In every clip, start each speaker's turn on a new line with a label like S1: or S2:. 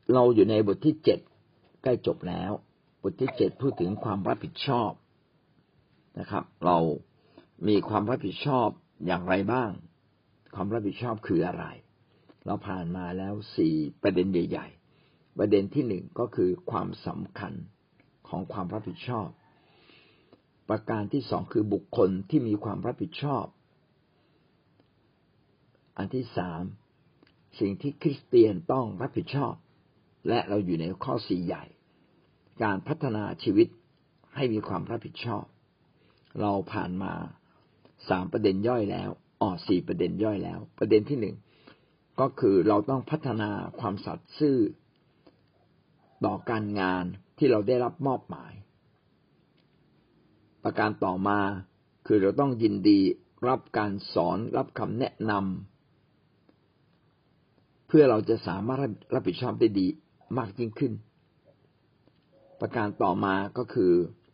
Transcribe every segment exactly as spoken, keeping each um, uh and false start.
S1: เราอยู่ในบทที่เจ็ดใกล้จบแล้วบทที่เจ็ดพูดถึงความรับผิดชอบนะครับเรามีความรับผิดชอบอย่างไรบ้างความรับผิดชอบคืออะไรเราผ่านมาแล้วสี่ประเด็นใหญ่ๆประเด็นที่หนึ่งก็คือความสำคัญของความรับผิดชอบประการที่สองคือบุคคลที่มีความรับผิดชอบอันที่สามสิ่งที่คริสเตียนต้องรับผิดชอบและเราอยู่ในข้อสี่ใหญ่การพัฒนาชีวิตให้มีความรับผิดชอบเราผ่านมาสามประเด็นย่อยแล้วอ๋อสี่ประเด็นย่อยแล้วประเด็นที่หนึ่งก็คือเราต้องพัฒนาความสัตย์ซื่อต่อการงานที่เราได้รับมอบหมายประการต่อมาคือเราต้องยินดีรับการสอนรับคำแนะนำเพื่อเราจะสามารถรับผิดชอบได้ดีมากยิ่งขึ้นประการต่อมาก็คือ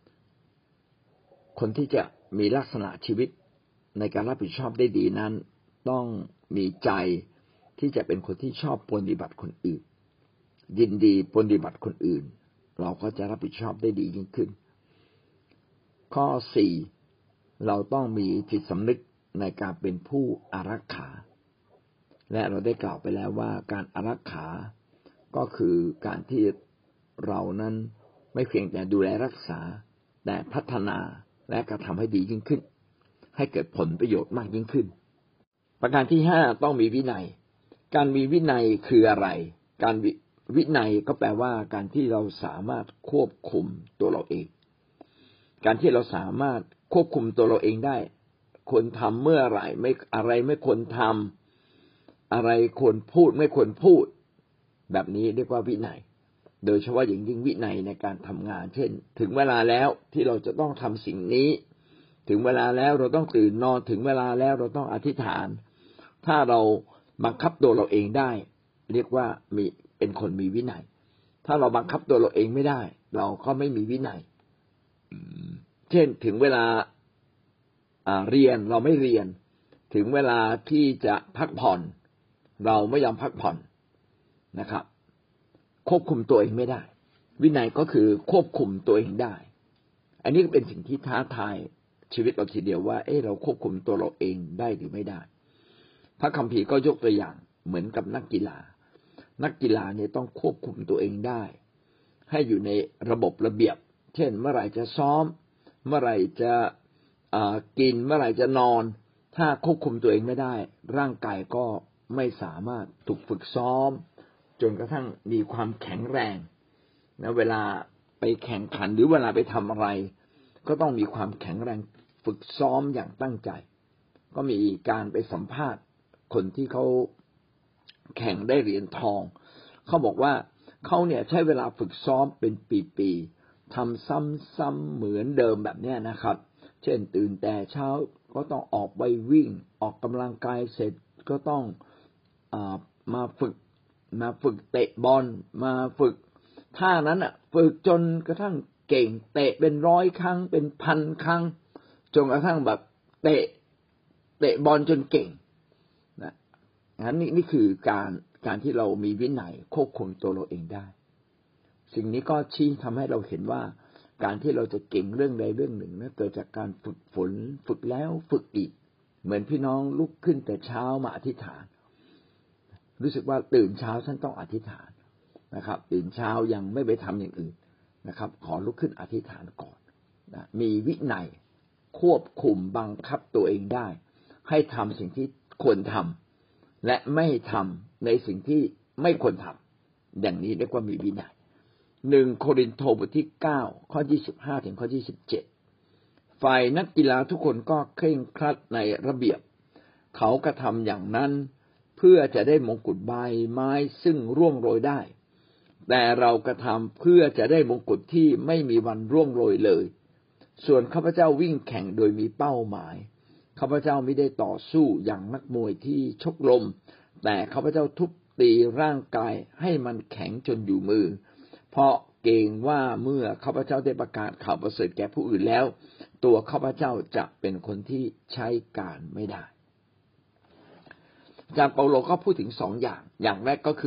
S1: คนที่จะมีลักษณะชีวิตในการรับผิดชอบได้ดีนั้นต้องมีใจที่จะเป็นคนที่ชอบปฏิบัติคนอื่นยินดีปฏิบัติคนอื่นเราก็จะรับผิดชอบได้ดียิ่งขึ้นข้อสี่เราต้องมีจิตสำนึกในการเป็นผู้อารักขาและเราได้กล่าวไปแล้วว่าการอารักขาก็คือการที่เรานั้นไม่เพียงแต่ดูแลรักษาแต่พัฒนาและกระทำให้ดียิ่งขึ้นให้เกิดผลประโยชน์มากยิ่งขึ้นประการที่ห้าต้องมีวินัยการมีวินัยคืออะไรการวินัยก็แปลว่าการที่เราสามารถควบคุมตัวเราเองการที่เราสามารถควบคุมตัวเราเองได้ควรทำเมื่อไหร่ไม่อะไรไม่ควรทำอะไรควรพูดไม่ควรพูดแบบนี้เรียกว่าวินัยโดยเฉพาะอย่างยิ่งวินัยในการทำงานเช่นถึงเวลาแล้วที่เราจะต้องทำสิ่งนี้ถึงเวลาแล้วเราต้องตื่นนอนถึงเวลาแล้วเราต้องอธิษฐานถ้าเราบังคับตัวเราเองได้เรียกว่ามีเป็นคนมีวินัยถ้าเราบังคับตัวเราเองไม่ได้เราก็ไม่มีวินัยเช่นถึงเวลาเรียนเราไม่เรียนถึงเวลาที่จะพักผ่อนเราไม่ยอมพักผ่อนนะครับควบคุมตัวเองไม่ได้วินัยก็คือควบคุมตัวเองได้อันนี้เป็นสิ่งที่ท้าทายชีวิตเราทีเดียวว่าเอ๊ะเราควบคุมตัวเราเองได้หรือไม่ได้พระคัมภีร์ก็ยกตัวอย่างเหมือนกับนักกีฬานักกีฬาเนี่ยต้องควบคุมตัวเองได้ให้อยู่ในระบบระเบียบเช่นเมื่อไหร่จะซ้อมเมื่อไหร่จะกินเมื่อไหร่จะนอนถ้าควบคุมตัวเองไม่ได้ร่างกายก็ไม่สามารถถูกฝึกซ้อมจนกระทั่งมีความแข็งแรงนะเวลาไปแข่งขันหรือเวลาไปทำอะไรก็ต้องมีความแข็งแรงฝึกซ้อมอย่างตั้งใจก็มีการไปสัมภาษณ์คนที่เขาแข่งได้เหรียญทองเขาบอกว่าเขาเนี่ยใช้เวลาฝึกซ้อมเป็นปีๆทำซ้ำๆเหมือนเดิมแบบนี้นะครับเช่นตื่นแต่เช้าก็ต้องออกไปวิ่งออกกำลังกายเสร็จก็ต้องอ่ามาฝึกมาฝึกเตะบอลมาฝึกท่านั้นอ่ะฝึกจนกระทั่งเก่งเตะเป็นร้อยครั้งเป็นพันครั้งจนกระทั่งแบบเตะเตะบอลจนเก่งนะงั้นนี่นี่คือการการที่เรามีวินัยควบคุมตัวเราเองได้สิ่งนี้ก็ชี้ทำให้เราเห็นว่าการที่เราจะเก่งเรื่องใดเรื่องหนึ่งนะเกิดจากการฝึกฝนฝึกแล้วฝึกอีกเหมือนพี่น้องลุกขึ้นแต่เช้ามาอธิษฐานรู้สึกว่าตื่นเช้าฉันต้องอธิษฐานนะครับตื่นเช้ายังไม่ไปทำอย่างอื่นนะครับขอลุกขึ้นอธิษฐานก่อนนะมีวินัยควบคุมบังคับตัวเองได้ให้ทำสิ่งที่ควรทำและไม่ทำในสิ่งที่ไม่ควรทำอย่างนี้เรียกว่ามีวินัยหนึ่งโครินธ์บทที่เก้าข้อยี่สิบห้าถึงข้อยี่สิบเจ็ดฝ่ายนักกีฬาทุกคนก็เคร่งครัดในระเบียบเขากระทำอย่างนั้นเพื่อจะได้มงกุฎใบไม้ซึ่งร่วงโรยได้แต่เรากระทำเพื่อจะได้มงกุฎที่ไม่มีวันร่วงโรยเลยส่วนข้าพเจ้าวิ่งแข่งโดยมีเป้าหมายข้าพเจ้าไม่ได้ต่อสู้อย่างนักมวยที่ชกลมแต่ข้าพเจ้าทุบตีร่างกายให้มันแข็งจนอยู่มือเพราะเกรงว่าเมื่อข้าพเจ้าได้ประกาศข่าวประเสริฐแก่ผู้อื่นแล้วตัวข้าพเจ้าจะเป็นคนที่ใช้การไม่ได้อาจารย์เปาโลก็พูดถึงสองอย่างอย่างแรกก็คือ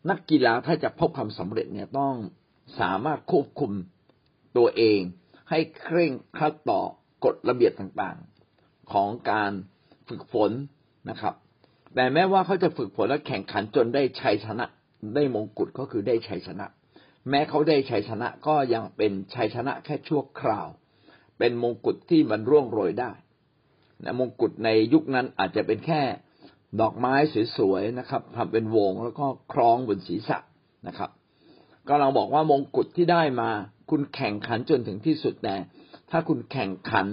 S1: นักกีฬาถ้าจะพบความสำเร็จเนี่ยต้องสามารถควบคุมตัวเองให้เคร่งครัดต่อกฎระเบียบต่างๆของการฝึกฝนนะครับแต่แม้ว่าเขาจะฝึกฝนและแข่งขันจนได้ชัยชนะได้มงกุฎก็คือได้ชัยชนะแม้เขาได้ชัยชนะก็ยังเป็นชัยชนะแค่ชั่วคราวเป็นมงกุฎที่มันร่วงโรยได้นะมงกุฎในยุคนั้นอาจจะเป็นแค่ดอกไม้สวยๆนะครับทำเป็นวงแล้วก็คล้องบนศีรษะนะครับก็เราบอกว่ามงกุฎที่ได้มาคุณแข่งขันจนถึงที่สุดแต่ถ้าคุณแข่งขัน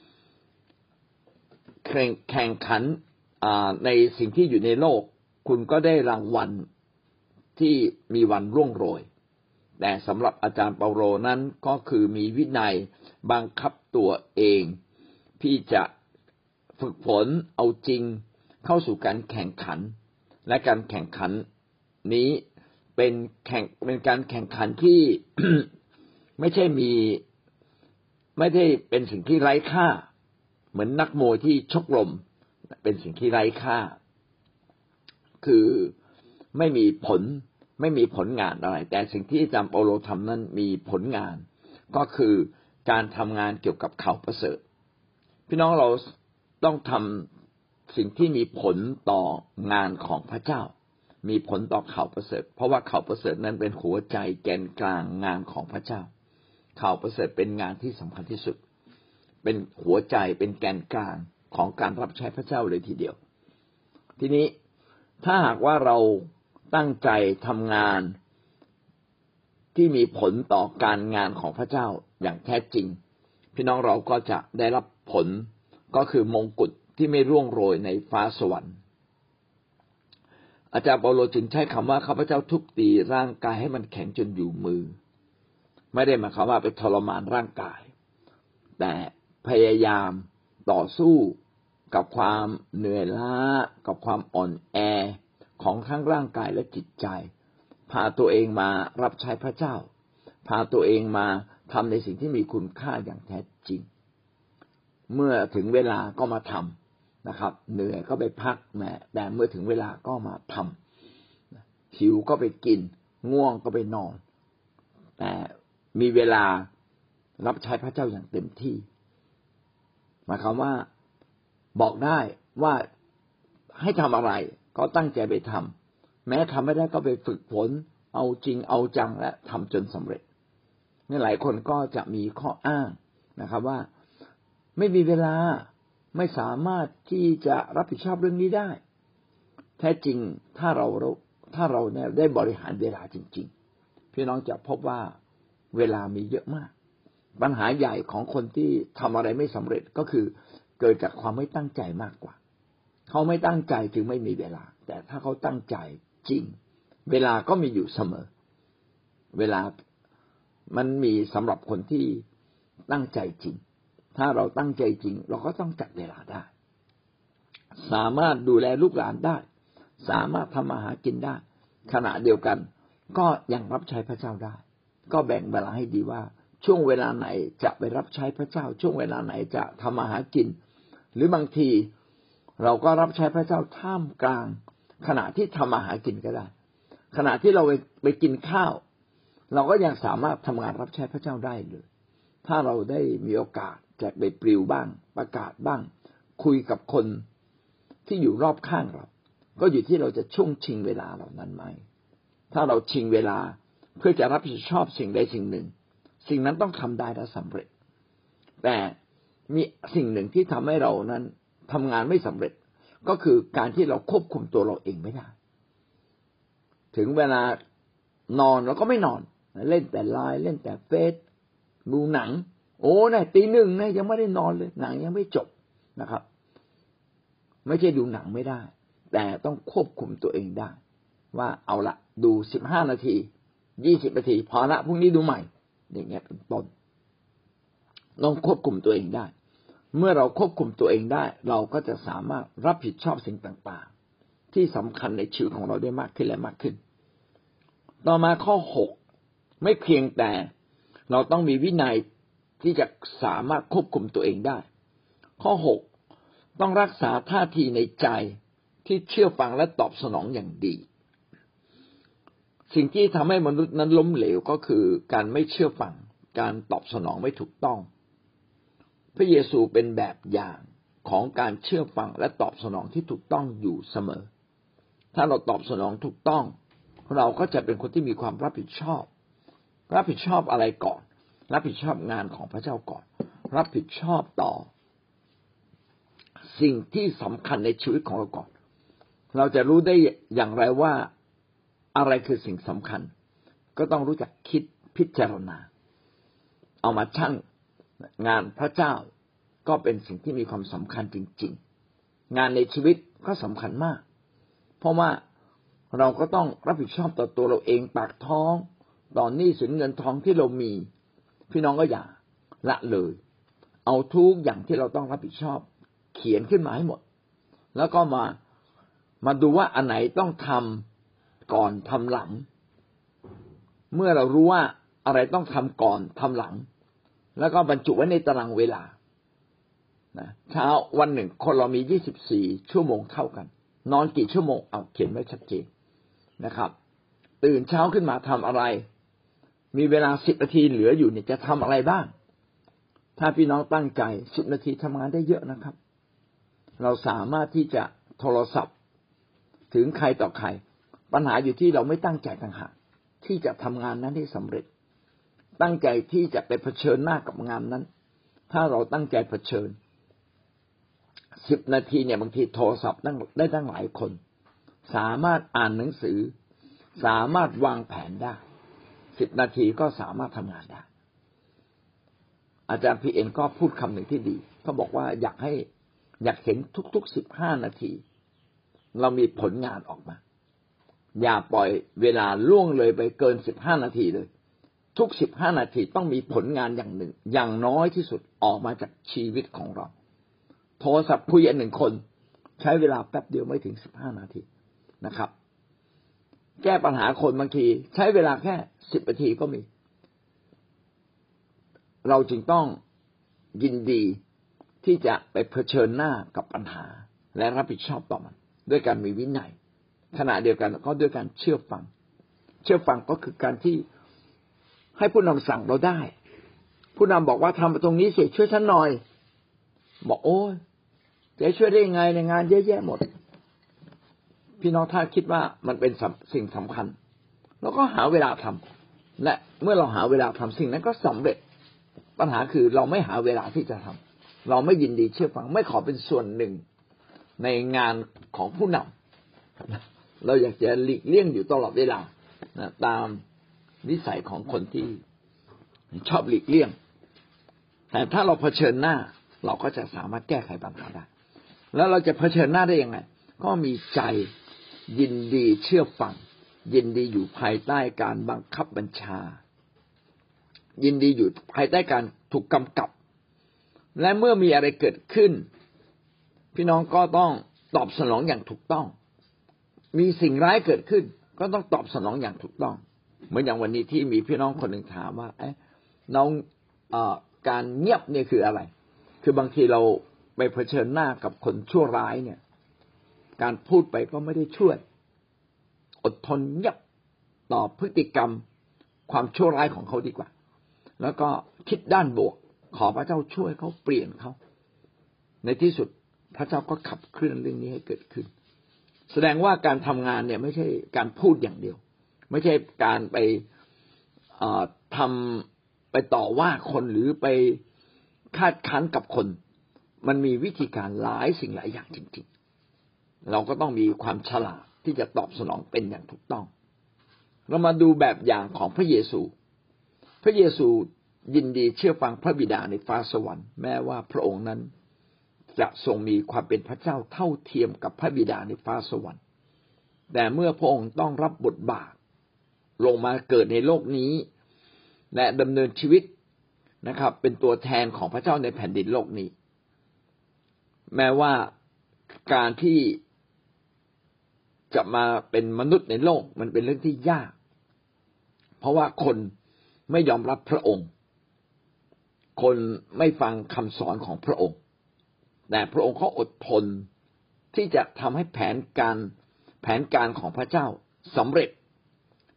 S1: แข่งแข่งขันในสิ่งที่อยู่ในโลกคุณก็ได้รางวัลที่มีวันร่วงโรยแต่สำหรับอาจารย์เปาโลนั้นก็คือมีวินัยบังคับตัวเองที่จะฝึกฝนเอาจริงเข้าสู่การแข่งขันและการแข่งขันนี้เป็นแข่งเป็นการแข่งขันที่ ไม่ใช่มีไม่ได้เป็นสิ่งที่ไร้ค่าเหมือนนักมวยที่ชกลมเป็นสิ่งที่ไร้ค่าคือไม่มีผลไม่มีผลงานอะไรแต่สิ่งที่อาจารย์เปาโลทำนั้นมีผลงานก็คือการทำงานเกี่ยวกับข่าวประเสริฐพี่น้องเราต้องทำสิ่งที่มีผลต่องานของพระเจ้ามีผลต่อข่าวประเสริฐเพราะว่าข่าวประเสริฐนั้นเป็นหัวใจแกนกลางงานของพระเจ้าข่าวประเสริฐเป็นงานที่สำคัญที่สุดเป็นหัวใจเป็นแกนกลางของการรับใช้พระเจ้าเลยทีเดียวทีนี้ถ้าหากว่าเราตั้งใจทำงานที่มีผลต่อการงานของพระเจ้าอย่างแท้จริงพี่น้องเราก็จะได้รับผลก็คือมงกุฎที่ไม่ร่วงโรยในฟ้าสวรรค์อาจารย์เปาโลจึงใช้คำว่าข้าพเจ้าทุบตีร่างกายให้มันแข็งจนอยู่มือไม่ได้หมายความว่าไปทรมานร่างกายแต่พยายามต่อสู้กับความเหนื่อยล้ากับความอ่อนแอของทั้งร่างกายและจิตใจพาตัวเองมารับใช้พระเจ้าพาตัวเองมาทำในสิ่งที่มีคุณค่าอย่างแท้จริงเมื่อถึงเวลาก็มาทำนะครับเหนื่อยก็ไปพักแหมแต่เมื่อถึงเวลาก็มาทำหิวก็ไปกินง่วงก็ไปนอนแต่มีเวลารับใช้พระเจ้าอย่างเต็มที่หมายความว่าบอกได้ว่าให้ทำอะไรก็ตั้งใจไปทำแม้ทำไม่ได้ก็ไปฝึกฝนเอาจริงเอาจังและทำจนสำเร็จนี่หลายคนก็จะมีข้ออ้างนะครับว่าไม่มีเวลาไม่สามารถที่จะรับผิดชอบเรื่องนี้ได้แท้จริงถ้าเราถ้าเราเนี่ยได้บริหารเวลาจริงๆพี่น้องจะพบว่าเวลามีเยอะมากปัญหาใหญ่ของคนที่ทำอะไรไม่สำเร็จก็คือเกิดจากความไม่ตั้งใจมากกว่าเขาไม่ตั้งใจจึงไม่มีเวลาแต่ถ้าเขาตั้งใจจริงเวลาก็มีอยู่เสมอเวลามันมีสำหรับคนที่ตั้งใจจริงถ้าเราตั้งใจจริงเราก็ต้องจัดเวลาได้สามารถดูแลลูกหลานได้สามารถทำมาหากินได้ขณะเดียวกันก็ยังรับใช้พระเจ้าได้ก็แบ่งเวลาให้ดีว่าช่วงเวลาไหนจะไปรับใช้พระเจ้าช่วงเวลาไหนจะทำมาหากินหรือบางทีเราก็รับใช้พระเจ้าท่ามกลางขณะที่ทำมาหากินก็ได้ขณะที่เราไปไปกินข้าวเราก็ยังสามารถทำงานรับใช้พระเจ้าได้เลยถ้าเราได้มีโอกาสจะไปปลิวบ้างประกาศบ้างคุยกับคนที่อยู่รอบข้างเราก็อยู่ที่เราจะช่วงชิงเวลาเหล่านั้นไหมถ้าเราชิงเวลาเพื่อจะรับผิดชอบสิ่งใดสิ่งหนึ่งสิ่งนั้นต้องทำได้และสำเร็จแต่มีสิ่งหนึ่งที่ทำให้เรานั้นทำงานไม่สำเร็จก็คือการที่เราควบคุมตัวเราเองไม่ได้ถึงเวลานอนเราก็ไม่นอนเล่นแต่ไลน์เล่นแต่เฟซดูหนังโอ้เนี่ยตีหนึ่งเนี่ยยังไม่ได้นอนเลยหนังยังไม่จบนะครับไม่ใช่ดูหนังไม่ได้แต่ต้องควบคุมตัวเองได้ว่าเอาละดูสิบห้านาทียี่สิบนาทีพอละพรุ่งนี้ดูใหม่อย่างเงี้ยเป็นต้นต้องควบคุมตัวเองได้เมื่อเราควบคุมตัวเองได้เราก็จะสามารถรับผิดชอบสิ่งต่างๆที่สำคัญในชีวิตของเราได้มากขึ้นและมากขึ้นต่อมาข้อหกไม่เพียงแต่เราต้องมีวินัยที่จะสามารถควบคุมตัวเองได้ข้อหกต้องรักษาท่าทีในใจที่เชื่อฟังและตอบสนองอย่างดีสิ่งที่ทำให้มนุษย์นั้นล้มเหลวก็คือการไม่เชื่อฟังการตอบสนองไม่ถูกต้องพระเยซูเป็นแบบอย่างของการเชื่อฟังและตอบสนองที่ถูกต้องอยู่เสมอถ้าเราตอบสนองถูกต้องเราก็จะเป็นคนที่มีความรับผิดชอบรับผิดชอบอะไรก่อนรับผิดชอบงานของพระเจ้าก่อนรับผิดชอบต่อสิ่งที่สำคัญในชีวิตของเราก่อนเราจะรู้ได้อย่างไรว่าอะไรคือสิ่งสำคัญก็ต้องรู้จักคิดพิจารณาเอามาชั่งงานพระเจ้าก็เป็นสิ่งที่มีความสำคัญจริงๆงานในชีวิตก็สำคัญมากเพราะว่าเราก็ต้องรับผิดชอบต่อตัวเราเองปากท้องต่อหนี้สินเงินทองที่เรามีพี่น้องก็อย่าละเลยเอาทุกอย่างที่เราต้องรับผิดชอบเขียนขึ้นมาให้หมดแล้วก็มามาดูว่าอันไหนต้องทำก่อนทำหลังเมื่อเรารู้ว่าอะไรต้องทำก่อนทำหลังแล้วก็บรรจุไว้ในตารางเวลานะเช้าวันหนึ่งคนเรามียี่สิบสี่ชั่วโมงเท่ากันนอนกี่ชั่วโมงเอาเขียนไว้ชัดเจนนะครับตื่นเช้าขึ้นมาทำอะไรมีเวลาสิบนาทีเหลืออยู่เนี่ยจะทำอะไรบ้างถ้าพี่น้องตั้งใจสิบนาทีทำงานได้เยอะนะครับเราสามารถที่จะโทรศัพท์ถึงใครต่อใครปัญหาอยู่ที่เราไม่ตั้งใจต่างหากที่จะทำงานนั้นให้สำเร็จตั้งใจที่จะไปเผชิญหน้ากับงานนั้นถ้าเราตั้งใจเผชิญสิบนาทีเนี่ยบางทีโทรศัพท์ได้ตั้งหลายคนสามารถอ่านหนังสือสามารถวางแผนได้สิบนาทีก็สามารถทำงานได้อาจารย์พีเอ็นก็พูดคำหนึ่งที่ดีเขาบอกว่าอยากให้อยากเห็นทุกๆสิบห้านาทีเรามีผลงานออกมาอย่าปล่อยเวลาล่วงเลยไปเกินสิบห้านาทีเลยทุกสิบห้านาทีต้องมีผลงานอย่างหนึ่งอย่างน้อยที่สุดออกมาจากชีวิตของเราโทรศัพท์คุยกันหนึ่งคนใช้เวลาแป๊บเดียวไม่ถึงสิบห้านาทีนะครับแก้ปัญหาคนบางทีใช้เวลาแค่สิบนาทีก็มีเราจึงต้องยินดีที่จะไปเผชิญหน้ากับปัญหาและรับผิดชอบต่อมันด้วยการมีวินัยขณะเดียวกันก็ด้วยการเชื่อฟังเชื่อฟังก็คือการที่ให้ผู้นำสั่งเราได้ผู้นำบอกว่าทำตรงนี้สิช่วยฉันหน่อยบอกโอ้ยจะช่วยได้ยังไงในงานเยอะแยะหมดพี่น้องถ้าคิดว่ามันเป็นสิ่งสำคัญเราก็หาเวลาทำและเมื่อเราหาเวลาทำสิ่งนั้นก็สำเร็จปัญหาคือเราไม่หาเวลาที่จะทำเราไม่ยินดีเชื่อฟังไม่ขอเป็นส่วนหนึ่งในงานของผู้นำเราอยากจะหลีกเลี่ยงอยู่ตลอดเวลานะตามนิสัยของคนที่ชอบหลีกเลี่ยงแต่ถ้าเราเผชิญหน้าเราก็จะสามารถแก้ไขปัญหาได้แล้วเราจะเผชิญหน้าได้ยังไงก็มีใจยินดีเชื่อฟังยินดีอยู่ภายใต้การบังคับบัญชายินดีอยู่ภายใต้การถูกกำกับและเมื่อมีอะไรเกิดขึ้นพี่น้องก็ต้องตอบสนองอย่างถูกต้องมีสิ่งร้ายเกิดขึ้นก็ต้องตอบสนองอย่างถูกต้องเหมือนอย่างวันนี้ที่มีพี่น้องคนหนึ่งถามว่าเอ๊ะน้องเอ่อการเงียบเนี่ยคืออะไรคือบางทีเราไปเผชิญหน้ากับคนชั่วร้ายเนี่ยการพูดไปก็ไม่ได้ช่วยอดทนเงียบต่อพฤติกรรมความชั่วร้ายของเขาดีกว่าแล้วก็คิดด้านบวกขอพระเจ้าช่วยเขาเปลี่ยนเขาในที่สุดพระเจ้าก็ขับเคลื่อนเรื่องนี้ให้เกิดขึ้นแสดงว่าการทำงานเนี่ยไม่ใช่การพูดอย่างเดียวไม่ใช่การไปทำไปต่อว่าคนหรือไปคาดคั้นกับคนมันมีวิธีการหลายสิ่งหลายอย่างจริงๆเราก็ต้องมีความฉลาดที่จะตอบสนองเป็นอย่างถูกต้องเรามาดูแบบอย่างของพระเยซูพระเยซูยินดีเชื่อฟังพระบิดาในฟ้าสวรรค์แม้ว่าพระองค์นั้นจะทรงมีความเป็นพระเจ้าเท่าเทียมกับพระบิดาในฟ้าสวรรค์แต่เมื่อพระองค์ต้องรับบทบาทลงมาเกิดในโลกนี้และดำเนินชีวิตนะครับเป็นตัวแทนของพระเจ้าในแผ่นดินโลกนี้แม้ว่าการที่จะมาเป็นมนุษย์ในโลกมันเป็นเรื่องที่ยากเพราะว่าคนไม่ยอมรับพระองค์คนไม่ฟังคำสอนของพระองค์แต่พระองค์เขาอดทนที่จะทำให้แผนการแผนการของพระเจ้าสำเร็จ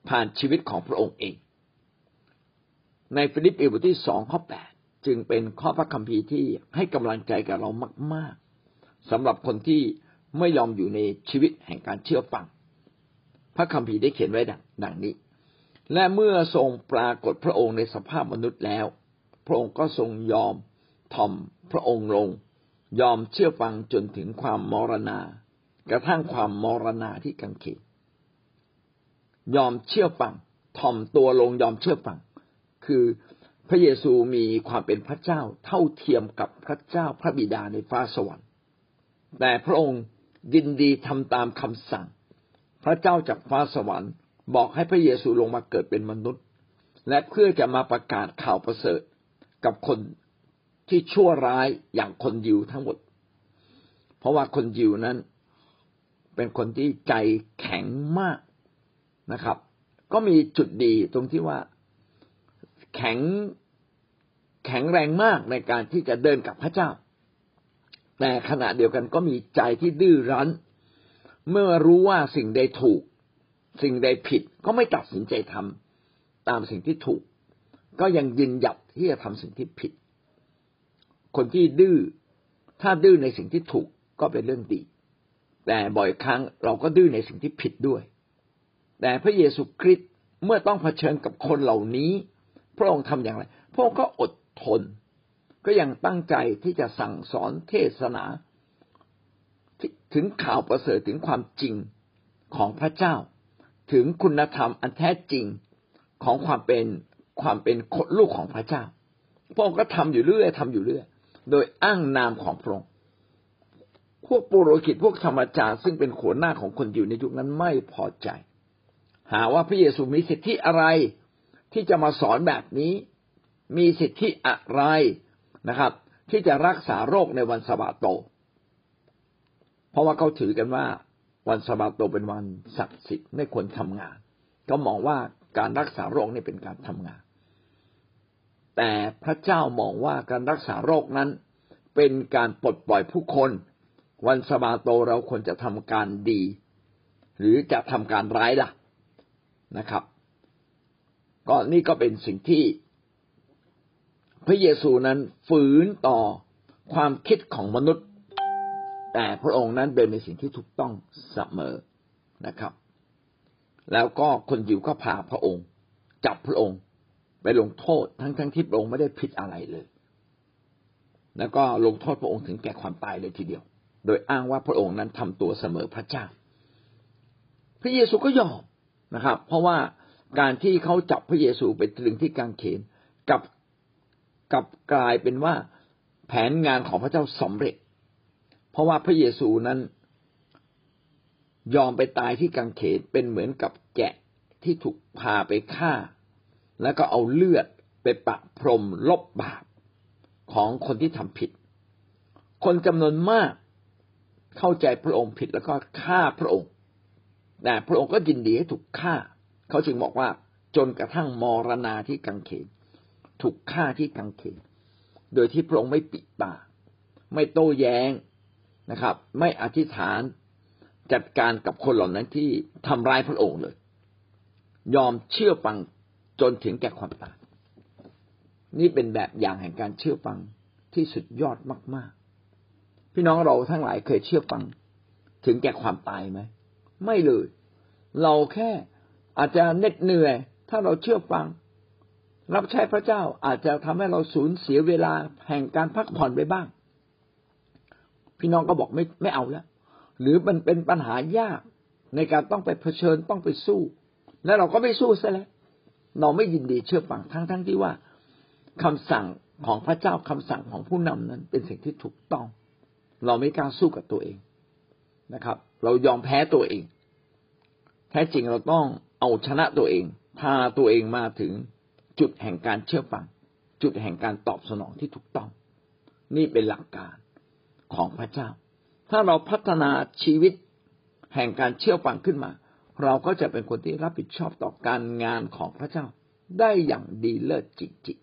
S1: ผ่านชีวิตของพระองค์เองในฟิลิปปีบทที่สองข้อแปดจึงเป็นข้อพระคัมภีร์ที่ให้กำลังใจกับเรามากๆสำหรับคนที่ไม่ยอมอยู่ในชีวิตแห่งการเชื่อฟังพระคัมภีร์ได้เขียนไว้ดังนี้และเมื่อทรงปรากฏพระองค์ในสภาพมนุษย์แล้วพระองค์ก็ทรงยอมถ่อมพระองค์ลงยอมเชื่อฟังจนถึงความมรณากระทั่งความมรณาที่กางเขนยอมเชื่อฟังถ่อมตัวลงยอมเชื่อฟังคือพระเยซูมีความเป็นพระเจ้าเท่าเทียมกับพระเจ้าพระบิดาในฟ้าสวรรค์แต่พระองค์ยินดีทำตามคำสั่งพระเจ้าจากฟ้าสวรรค์บอกให้พระเยซูลงมาเกิดเป็นมนุษย์และเพื่อจะมาประกาศข่าวประเสริฐกับคนที่ชั่วร้ายอย่างคนยิวทั้งหมดเพราะว่าคนยิวนั้นเป็นคนที่ใจแข็งมากนะครับก็มีจุดดีตรงที่ว่าแข็งแข็งแรงมากในการที่จะเดินกับพระเจ้าแต่ขณะเดียวกันก็มีใจที่ดื้อรั้นเมื่อรู้ว่าสิ่งใดถูกสิ่งใดผิดก็ไม่ตัดสินใจทำตามสิ่งที่ถูกก็ยังยืนหยัดที่จะทำสิ่งที่ผิดคนที่ดื้อถ้าดื้อในสิ่งที่ถูกก็เป็นเรื่องดีแต่บ่อยครั้งเราก็ดื้อในสิ่งที่ผิดด้วยแต่พระเยซูคริสต์เมื่อต้องเผชิญกับคนเหล่านี้พระองค์ทำอย่างไรพระองค์ก็อดทนก็ยังตั้งใจที่จะสั่งสอนเทศนาถึงข่าวประเสริฐถึงความจริงของพระเจ้าถึงคุณธรรมอันแท้จริงของความเป็นความเป็นลูกของพระเจ้าพระองค์ก็ทำอยู่เรื่อยทำอยู่เรื่อยโดยอ้างนามของพระองค์พวกปุโรหิตพวกธรรมจารย์ซึ่งเป็นหัวหน้าของคนอยู่ในยุคนั้นไม่พอใจหาว่าพระเยซูมีสิทธิอะไรที่จะมาสอนแบบนี้มีสิทธิอะไรนะครับที่จะรักษาโรคในวันสะบาโตเพราะว่าเขาถือกันว่าวันสะบาโตเป็นวันศักดิ์สิทธิ์ไม่ควรทำงานก็มองว่าการรักษาโรคนี่เป็นการทำงานแต่พระเจ้ามองว่าการรักษาโรคนั้นเป็นการปลดปล่อยผู้คนวันสะบาโตเราควรจะทำการดีหรือจะทำการร้ายล่ะนะครับก็นี่ก็เป็นสิ่งที่พระเยซูนั้นฝืนต่อความคิดของมนุษย์แต่พระองค์นั้นเป็นในสิ่งที่ถูกต้องเสมอนะครับแล้วก็คนยิวก็พาพระองค์จับพระองค์ไปลงโทษทั้งทั้งที่พระองค์ไม่ได้ผิดอะไรเลยแล้วก็ลงโทษพระองค์ถึงแก่ความตายเลยทีเดียวโดยอ้างว่าพระองค์นั้นทำตัวเสมอพระเจ้าพระเยซูก็ยอมนะครับเพราะว่าการที่เขาจับพระเยซูไปตรึงที่กางเขนกับกับกลายเป็นว่าแผนงานของพระเจ้าสำเร็จเพราะว่าพระเยซูนั้นยอมไปตายที่กางเขนเป็นเหมือนกับแกะที่ถูกพาไปฆ่าแล้วก็เอาเลือดไปปะพรมลบบาปของคนที่ทำผิดคนจำนวนมากเข้าใจพระองค์ผิดแล้วก็ฆ่าพระองค์แต่พระองค์ก็ยินดีให้ถูกฆ่าเขาจึงบอกว่าจนกระทั่งมรณาที่กางเขนถูกฆ่าที่กางเขนโดยที่พระองค์ไม่ปิดปากไม่โต้แย้งนะครับไม่อธิษฐานจัดการกับคนเหล่านั้นที่ทำร้ายพระองค์เลยยอมเชื่อฟังจนถึงแก่ความตายนี่เป็นแบบอย่างแห่งการเชื่อฟังที่สุดยอดมากๆพี่น้องเราทั้งหลายเคยเชื่อฟังถึงแก่ความตายไหมไม่เลยเราแค่อาจจะเหน็ดเหนื่อยถ้าเราเชื่อฟังรับใช้พระเจ้าอาจจะทำให้เราสูญเสียเวลาแห่งการพักผ่อนไปบ้างพี่น้องก็บอกไม่ไม่เอาแล้วหรือมันเป็นปัญหายากในการต้องไปเผชิญต้องไปสู้แล้วเราก็ไม่สู้ซะแล้วเราไม่ยินดีเชื่อฟังทั้งทั้งที่ว่าคำสั่งของพระเจ้าคำสั่งของผู้นำนั้นเป็นสิ่งที่ถูกต้องเราไม่กล้าสู้กับตัวเองนะครับเรายอมแพ้ตัวเองแท้จริงเราต้องเอาชนะตัวเองพาตัวเองมาถึงจุดแห่งการเชื่อฟังจุดแห่งการตอบสนองที่ถูกต้องนี่เป็นหลักการของพระเจ้าถ้าเราพัฒนาชีวิตแห่งการเชื่อฟังขึ้นมาเราก็จะเป็นคนที่รับผิดชอบต่อการงานของพระเจ้าได้อย่างดีเลิศจริง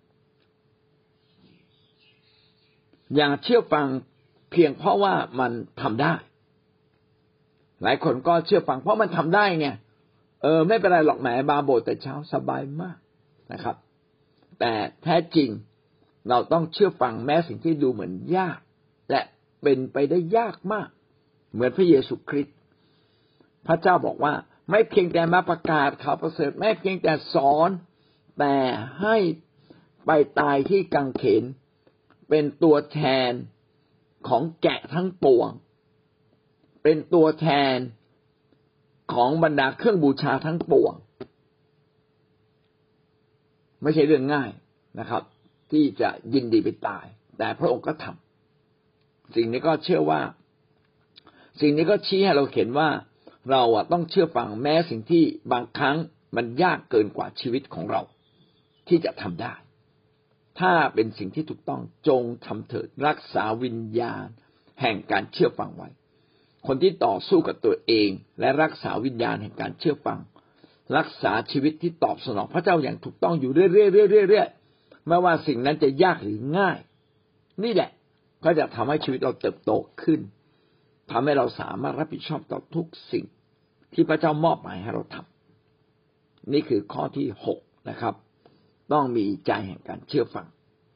S1: ๆอย่าเชื่อฟังเพียงเพราะว่ามันทำได้หลายคนก็เชื่อฟังเพราะมันทำได้ไงเออไม่เป็นไรหรอกแหมมาโบสถ์แต่เช้าสบายมากนะครับแต่แท้จริงเราต้องเชื่อฟังแม้สิ่งที่ดูเหมือนยากและเป็นไปได้ยากมากเหมือนพระเยซูคริสต์พระเจ้าบอกว่าไม่เพียงแต่มาประกาศข่าวประเสริฐไม่เพียงแต่สอนแต่ให้ไปตายที่กางเขนเป็นตัวแทนของแกะทั้งปวงเป็นตัวแทนของบรรดาเครื่องบูชาทั้งปวงไม่ใช่เรื่องง่ายนะครับที่จะยินดีไปตายแต่พระองค์ก็ทำสิ่งนี้ก็เชื่อว่าสิ่งนี้ก็ชี้ให้เราเห็นว่าเราอ่ะต้องเชื่อฟังแม้สิ่งที่บางครั้งมันยากเกินกว่าชีวิตของเราที่จะทำได้ถ้าเป็นสิ่งที่ถูกต้องจงทำเถิดรักษาวิญญาณแห่งการเชื่อฟังไว้คนที่ต่อสู้กับตัวเองและรักษาวิญญาณแห่งการเชื่อฟังรักษาชีวิตที่ตอบสนองพระเจ้าอย่างถูกต้องอยู่เรื่อยๆๆๆไม่ว่าสิ่งนั้นจะยากหรือง่ายนี่แหละก็จะทำให้ชีวิตเราเติบโตขึ้นทำให้เราสามารถรับผิดชอบต่อทุกสิ่งที่พระเจ้ามอบหมายให้เราทำนี่คือข้อที่หกนะครับต้องมีใจแห่งการเชื่อฟัง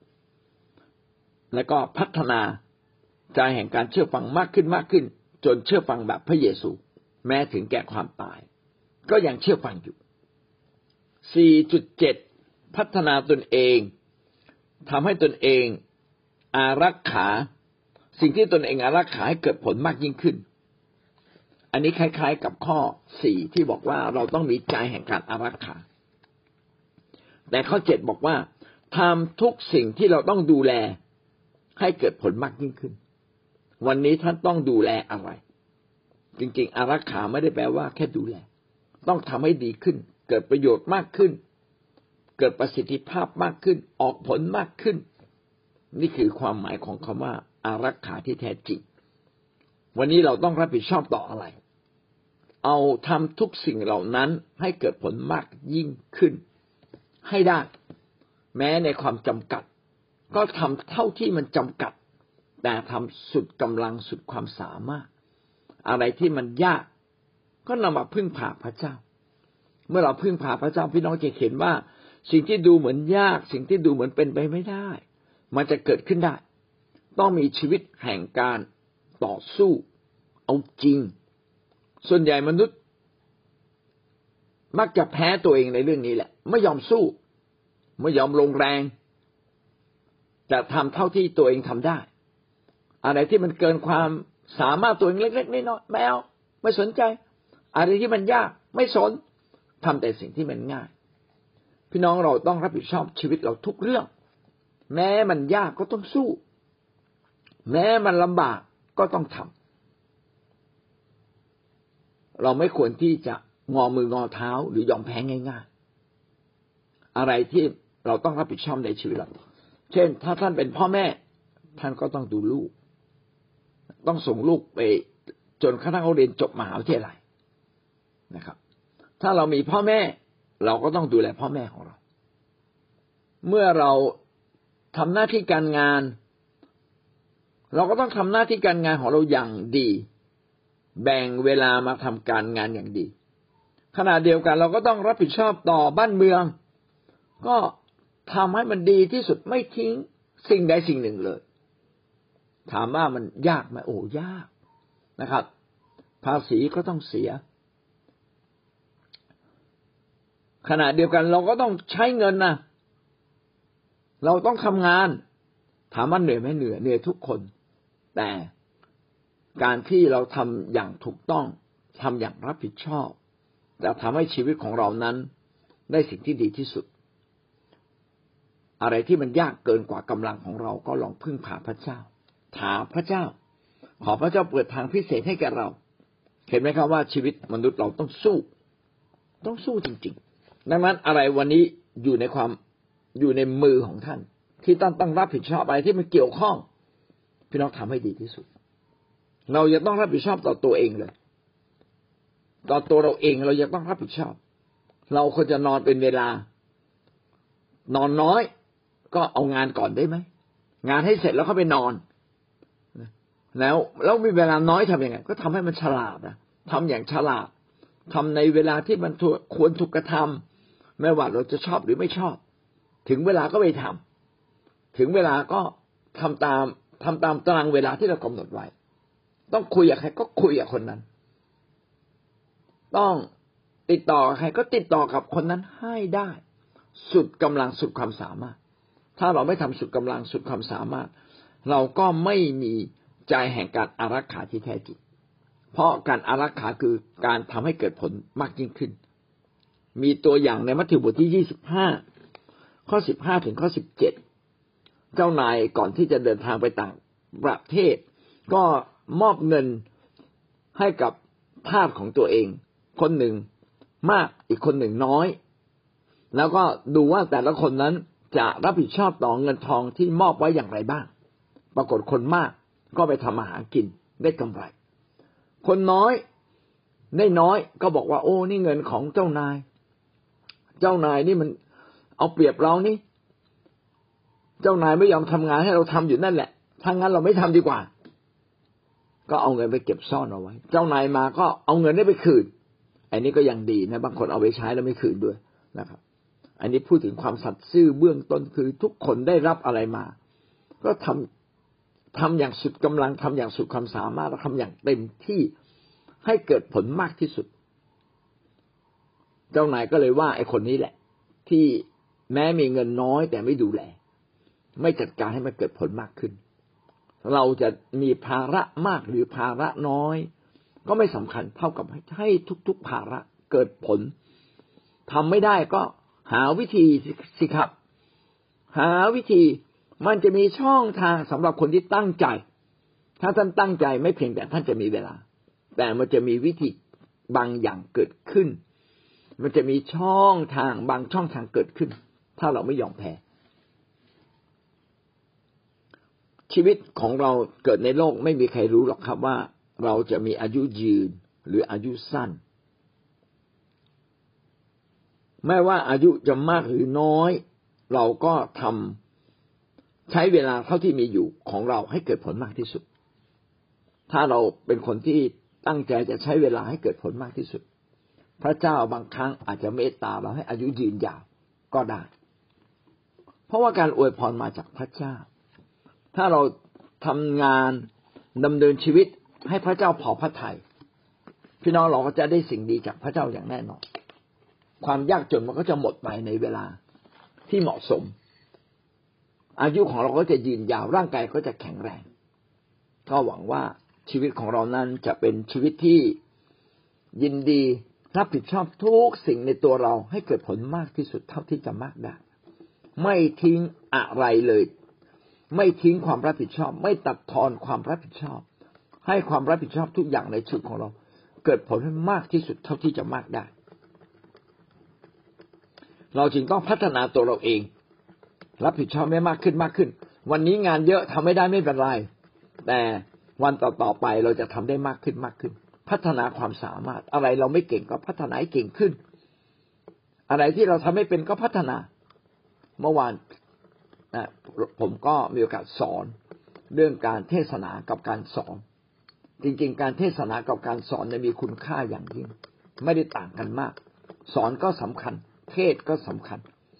S1: แล้วก็พัฒนาใจแห่งการเชื่อฟังมากขึ้นมากขึ้นจนเชื่อฟังแบบพระเยซูแม้ถึงแก่ความตายก็ยังเชื่อฟังอยู่ สี่จุดเจ็ด พัฒนาตนเองทำให้ตนเองอารักขาสิ่งที่ตนเองอารักขาให้เกิดผลมากยิ่งขึ้นอันนี้คล้ายๆกับข้อสี่ที่บอกว่าเราต้องมีใจแห่งการอารักขาแต่ข้อเจ็ดบอกว่าทำทุกสิ่งที่เราต้องดูแลให้เกิดผลมากยิ่งขึ้นวันนี้ท่านต้องดูแลอะไรจริงๆอารักขาไม่ได้แปลว่าแค่ดูแลต้องทำให้ดีขึ้นเกิดประโยชน์มากขึ้นเกิดประสิทธิภาพมากขึ้นออกผลมากขึ้นนี่คือความหมายของคำว่าอารักขาที่แท้จริงวันนี้เราต้องรับผิดชอบต่ออะไรเอาทำทุกสิ่งเหล่านั้นให้เกิดผลมากยิ่งขึ้นให้ได้แม้ในความจำกัดก็ทำเท่าที่มันจำกัดแต่ทำสุดกำลังสุดความสามารถอะไรที่มันยากก็นำมาพึ่งพาพระเจ้าเมื่อเราพึ่งพาพระเจ้าพี่น้องจะเห็นว่าสิ่งที่ดูเหมือนยากสิ่งที่ดูเหมือนเป็นไปไม่ได้มันจะเกิดขึ้นได้ต้องมีชีวิตแห่งการต่อสู้เอาจริงส่วนใหญ่มนุษย์มักจะแพ้ตัวเองในเรื่องนี้แหละไม่ยอมสู้ไม่ยอมลงแรงจะทำเท่าที่ตัวเองทำได้อะไรที่มันเกินความสามารถตัวเองเล็กๆน้อยๆไม่เอาไม่สนใจอะไรที่มันยากไม่สนทำแต่สิ่งที่มันง่ายพี่น้องเราต้องรับผิดชอบชีวิตเราทุกเรื่องแม้มันยากก็ต้องสู้แม้มันลำบากก็ต้องทำเราไม่ควรที่จะงอมืองอเท้าหรือยอมแพ้ง่ายๆอะไรที่เราต้องรับผิดชอบในชีวิตเราเช่นถ้าท่านเป็นพ่อแม่ท่านก็ต้องดูลูกต้องส่งลูกไปจนกระทั่งเขาเรียนจบมหาวิทยาลัยนะครับถ้าเรามีพ่อแม่เราก็ต้องดูแลพ่อแม่ของเราเมื่อเราทำหน้าที่การงานเราก็ต้องทำหน้าที่การงานของเราอย่างดีแบ่งเวลามาทำการงานอย่างดีขณะเดียวกันเราก็ต้องรับผิดชอบต่อบ้านเมืองก็ทำให้มันดีที่สุดไม่ทิ้งสิ่งใดสิ่งหนึ่งเลยถามว่ามันยากไหมโอ้ยากนะครับภาษีก็ต้องเสียขณะเดียวกันเราก็ต้องใช้เงินนะเราต้องทำงานถามว่าเหนื่อยไหมเหนื่อยเหนื่อยทุกคนแต่การที่เราทำอย่างถูกต้องทำอย่างรับผิดชอบจะทำให้ชีวิตของเรานั้นได้สิ่งที่ดีที่สุดอะไรที่มันยากเกินกว่ากำลังของเราก็ลองพึ่งพาพระเจ้าถามพระเจ้าขอพระเจ้าเปิดทางพิเศษให้แก่เราเห็นไหมครับว่าชีวิตมนุษย์เราต้องสู้ต้องสู้จริงๆดังนั้นอะไรวันนี้อยู่ในความอยู่ในมือของท่านที่ต้องต้องรับผิดชอบอะไรที่มันเกี่ยวข้องพี่น้องทำให้ดีที่สุดเราจะต้องรับผิดชอบต่อตัวเองเลยต่อตัวเราเองเราจะต้องรับผิดชอบเราควรจะนอนเป็นเวลานอนน้อยก็เอางานก่อนได้ไหมงานให้เสร็จแล้วเข้าไปนอนแล้วแล้วมีเวลาน้อยทำยังไงก็ทำให้มันฉลาดนะทำอย่างฉลาดทำในเวลาที่มันควรถูกกระทำไม่ว่าเราจะชอบหรือไม่ชอบถึงเวลาก็ไปทำถึงเวลาก็ทำตามทำตามตารางเวลาที่เรากำหนดไว้ต้องคุยกับใครก็คุยกับคนนั้นต้องติดต่อกับใครก็ติดต่อกับคนนั้นให้ได้สุดกำลังสุดความสามารถถ้าเราไม่ทำสุดกำลังสุดความสามารถเราก็ไม่มีใจแห่งการอารักขาที่แท้จริงเพราะการอารักขาคือการทำให้เกิดผลมากยิ่งขึ้นมีตัวอย่างในมัทธิวบทที่ยี่สิบห้าข้อสิบห้าถึงข้อสิบเจ็ดเจ้านายก่อนที่จะเดินทางไปต่างประเทศก็มอบเงินให้กับทาสของตัวเองคนหนึ่งมากอีกคนหนึ่งน้อยแล้วก็ดูว่าแต่ละคนนั้นจะรับผิดชอบต่อเงินทองที่มอบไว้อย่างไรบ้างปรากฏคนมากก็ไปทำอาหารกินได้กำไรคนน้อยได้น้อยก็บอกว่าโอ้นี่เงินของเจ้านายเจ้านายนี่มันเอาเปรียบเรานี่เจ้านายไม่ยอมทำงานให้เราทำอยู่นั่นแหละถ้างั้นเราไม่ทำดีกว่าก็เอาเงินไปเก็บซ่อนเอาไว้เจ้านายมาก็เอาเงินได้ไปคืนอันนี้ก็ยังดีนะบางคนเอาไปใช้แล้วไม่คืนด้วยนะครับอันนี้พูดถึงความสัตย์ซื่อเบื้องต้นคือทุกคนได้รับอะไรมาก็ทำทำอย่างสุดกำลังทำอย่างสุดความสามารถและทำอย่างเต็มที่ให้เกิดผลมากที่สุดเจ้านายก็เลยว่าไอ้คนนี้แหละที่แม้มีเงินน้อยแต่ไม่ดูแลไม่จัดการให้มันเกิดผลมากขึ้นเราจะมีภาระมากหรือภาระน้อยก็ไม่สำคัญเท่ากับให้ทุกๆภาระเกิดผลทำไม่ได้ก็หาวิธีสิครับหาวิธีมันจะมีช่องทางสำหรับคนที่ตั้งใจถ้าท่านตั้งใจไม่เพียงแต่ท่านจะมีเวลาแต่มันจะมีวิธีบางอย่างเกิดขึ้นมันจะมีช่องทางบางช่องทางเกิดขึ้นถ้าเราไม่ยอมแพ้ชีวิตของเราเกิดในโลกไม่มีใครรู้หรอกครับว่าเราจะมีอายุยืนหรืออายุสั้นไม่ว่าอายุจะมากหรือน้อยเราก็ทำใช้เวลาเท่าที่มีอยู่ของเราให้เกิดผลมากที่สุดถ้าเราเป็นคนที่ตั้งใจจะใช้เวลาให้เกิดผลมากที่สุดพระเจ้าบางครั้งอาจจะเมตตาเราให้อายุยืนยาวก็ได้เพราะว่าการอวยพรมาจากพระเจ้าถ้าเราทำงานดำเนินชีวิตให้พระเจ้าพอพระทัยพี่น้องเราก็จะได้สิ่งดีจากพระเจ้าอย่างแน่นอนความยากจนมันก็จะหมดไปในเวลาที่เหมาะสมอายุของเราก็จะยืนยาวร่างกายก็จะแข็งแรงก็หวังว่าชีวิตของเรานั้นจะเป็นชีวิตที่ยินดีรับผิดชอบทุกสิ่งในตัวเราให้เกิดผลมากที่สุดเท่าที่จะมากได้ไม่ทิ้งอะไรเลยไม่ทิ้งความรับผิดชอบไม่ตัดทอนความรับผิดชอบให้ความรับผิดชอบทุกอย่างในชีวิตของเราเกิดผลให้มากที่สุดเท่าที่จะมากได้เราจึงต้องพัฒนาตัวเราเองรับผิดชอบไม่มากขึ้นมากขึ้นวันนี้งานเยอะทำไม่ได้ไม่เป็นไรแต่วันต่อๆไปเราจะทำได้มากขึ้นมากขึ้นพัฒนาความสามารถอะไรเราไม่เก่งก็พัฒนาให้เก่งขึ้นอะไรที่เราทำไม่เป็นก็พัฒนาเมื่อวานนะผมก็มีโอกาสสอนเรื่องการเทศนากับการสอนจริงๆการเทศนากับการสอนเนี่ยมีคุณค่าอย่างยิ่งไม่ได้ต่างกันมากสอนก็สำคัญเทศก็สำคัญ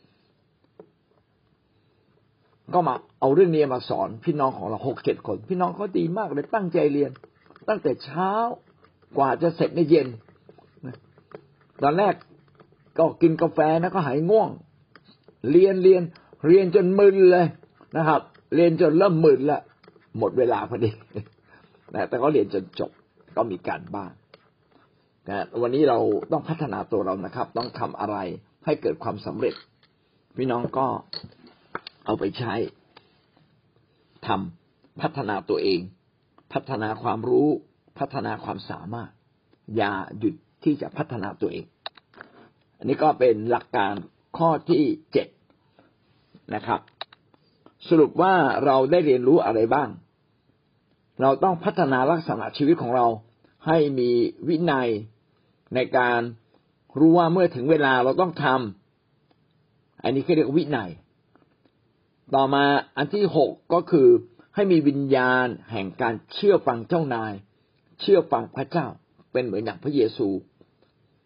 S1: ก็มาเอาเรื่องนี้มาสอนพี่น้องของเราหกเจ็ดคนพี่น้องเขาดีมากเลยตั้งใจเรียนตั้งแต่เช้ากว่าจะเสร็จในเย็นตอนแรกก็กินกาแฟนะก็หายง่วงเรียนเรียนเรียนจนมึนเลยนะครับเรียนจนเริ่มมึนละหมดเวลาพอดีแต่ก็เรียนจนจบก็มีการบ้านนะวันนี้เราต้องพัฒนาตัวเรานะครับต้องทำอะไรให้เกิดความสำเร็จพี่น้องก็เอาไปใช้ทำพัฒนาตัวเองพัฒนาความรู้พัฒนาความสามารถอย่าหยุดที่จะพัฒนาตัวเองอันนี้ก็เป็นหลักการข้อที่เจ็ดนะครับสรุปว่าเราได้เรียนรู้อะไรบ้างเราต้องพัฒนาลักษณะชีวิตของเราให้มีวินัยในการรู้ว่าเมื่อถึงเวลาเราต้องทำอันนี้เขาเรียกวินัยต่อมาอันที่หกก็คือให้มีวิญญาณแห่งการเชื่อฟังเจ้านายเชื่อฟังพระเจ้าเป็นเหมือนอย่างพระเยซู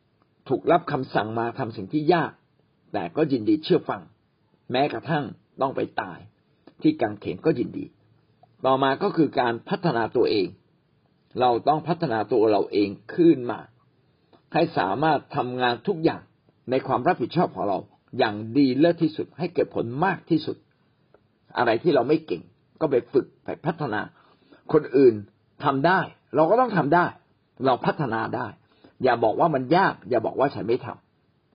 S1: ถูกรับคำสั่งมาทำสิ่งที่ยากแต่ก็ยินดีเชื่อฟังแม้กระทั่งต้องไปตายที่กางเขนก็ยินดีต่อมาก็คือการพัฒนาตัวเองเราต้องพัฒนาตัวเราเองขึ้นมาให้สามารถทำงานทุกอย่างในความรับผิดชอบของเราอย่างดีเลิศที่สุดให้เกิดผลมากที่สุดอะไรที่เราไม่เก่งก็ไปฝึกไปพัฒนาคนอื่นทำได้เราก็ต้องทำได้เราพัฒนาได้อย่าบอกว่ามันยากอย่าบอกว่าฉันไม่ท